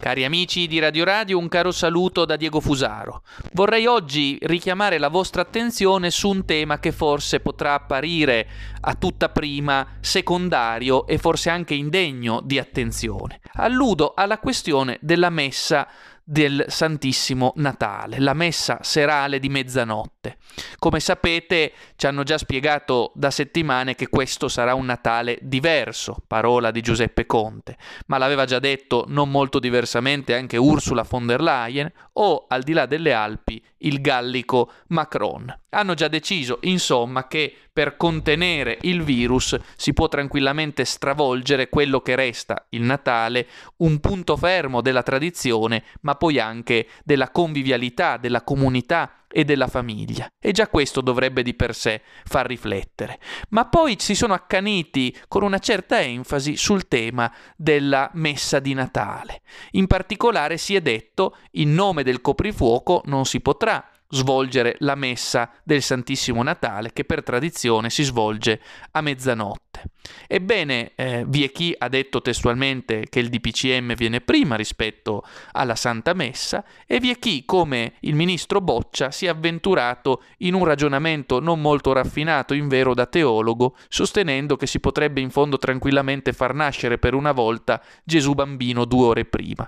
Cari amici di Radio Radio, un caro saluto da Diego Fusaro. Vorrei oggi richiamare la vostra attenzione su un tema che forse potrà apparire a tutta prima secondario e forse anche indegno di attenzione. Alludo alla questione della messa del Santissimo Natale, la messa serale di mezzanotte. Come sapete, ci hanno già spiegato da settimane che questo sarà un Natale diverso, parola di Giuseppe Conte, ma l'aveva già detto non molto diversamente anche Ursula von der Leyen o, al di là delle Alpi, il gallico Macron. Hanno già deciso, insomma, che per contenere il virus si può tranquillamente stravolgere quello che resta, il Natale, un punto fermo della tradizione, ma poi anche della convivialità, della comunità e della famiglia. E già questo dovrebbe di per sé far riflettere. Ma poi si sono accaniti con una certa enfasi sul tema della messa di Natale. In particolare si è detto, in nome del coprifuoco non si potrà svolgere la messa del Santissimo Natale, che per tradizione si svolge a mezzanotte. Ebbene, vi è chi ha detto testualmente che il DPCM viene prima rispetto alla Santa Messa e vi è chi, come il ministro Boccia, si è avventurato in un ragionamento non molto raffinato, invero da teologo, sostenendo che si potrebbe in fondo tranquillamente far nascere per una volta Gesù bambino 2 ore prima.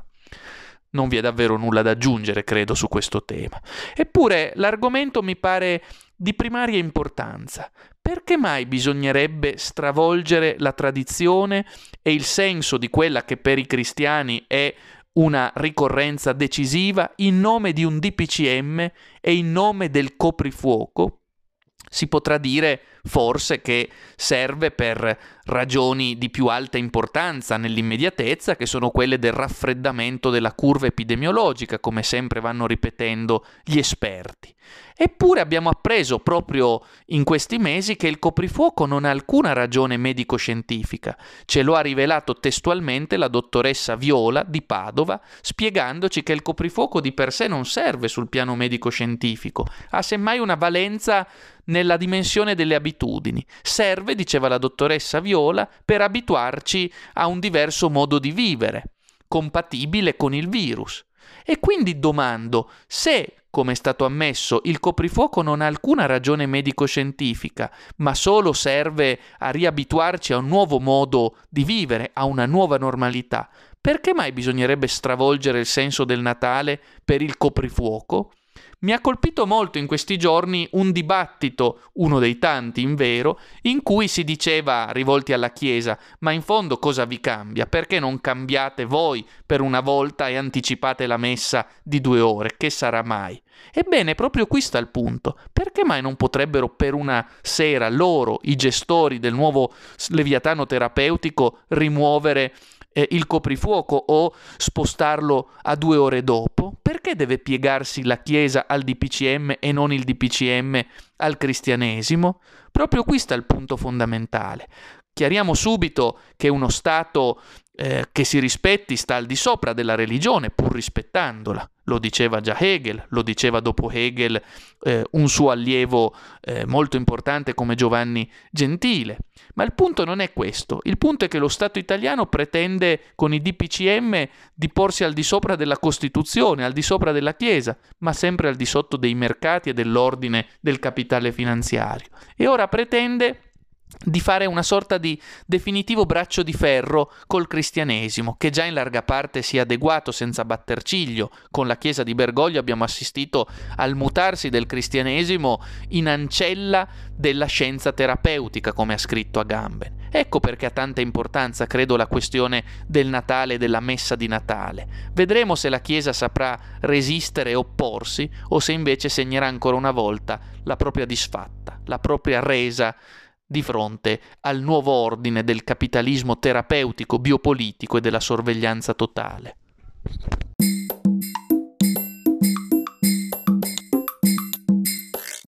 Non vi è davvero nulla da aggiungere, credo, su questo tema. Eppure l'argomento mi pare di primaria importanza. Perché mai bisognerebbe stravolgere la tradizione e il senso di quella che per i cristiani è una ricorrenza decisiva in nome di un DPCM e in nome del coprifuoco? Si potrà dire forse che serve per ragioni di più alta importanza nell'immediatezza, che sono quelle del raffreddamento della curva epidemiologica, come sempre vanno ripetendo gli esperti. Eppure abbiamo appreso proprio in questi mesi che il coprifuoco non ha alcuna ragione medico-scientifica. Ce lo ha rivelato testualmente la dottoressa Viola di Padova, spiegandoci che il coprifuoco di per sé non serve sul piano medico-scientifico, ha semmai una valenza nella dimensione delle abitudini. Serve, diceva la dottoressa Viola, per abituarci a un diverso modo di vivere, compatibile con il virus. E quindi domando, se, come è stato ammesso, il coprifuoco non ha alcuna ragione medico-scientifica, ma solo serve a riabituarci a un nuovo modo di vivere, a una nuova normalità, perché mai bisognerebbe stravolgere il senso del Natale per il coprifuoco? Mi ha colpito molto in questi giorni un dibattito, uno dei tanti invero, in cui si diceva, rivolti alla Chiesa, ma in fondo cosa vi cambia? Perché non cambiate voi per una volta e anticipate la messa di 2 ore? Che sarà mai? Ebbene, proprio qui sta il punto. Perché mai non potrebbero per una sera loro, i gestori del nuovo Leviatano terapeutico, rimuovere il coprifuoco o spostarlo a 2 ore dopo? Perché deve piegarsi la Chiesa al DPCM e non il DPCM al cristianesimo? Proprio qui sta il punto fondamentale. Chiariamo subito che uno Stato che si rispetti sta al di sopra della religione, pur rispettandola. Lo diceva già Hegel, lo diceva dopo Hegel un suo allievo molto importante come Giovanni Gentile. Ma il punto non è questo. Il punto è che lo Stato italiano pretende con i DPCM di porsi al di sopra della Costituzione, al di sopra della Chiesa, ma sempre al di sotto dei mercati e dell'ordine del capitale finanziario. E ora pretende di fare una sorta di definitivo braccio di ferro col cristianesimo, che già in larga parte si è adeguato senza batter ciglio. Con la Chiesa di Bergoglio abbiamo assistito al mutarsi del cristianesimo in ancella della scienza terapeutica, come ha scritto Agamben. Ecco perché ha tanta importanza, credo, la questione del Natale e della messa di Natale. Vedremo se la Chiesa saprà resistere e opporsi, o se invece segnerà ancora una volta la propria disfatta, la propria resa di fronte al nuovo ordine del capitalismo terapeutico, biopolitico e della sorveglianza totale.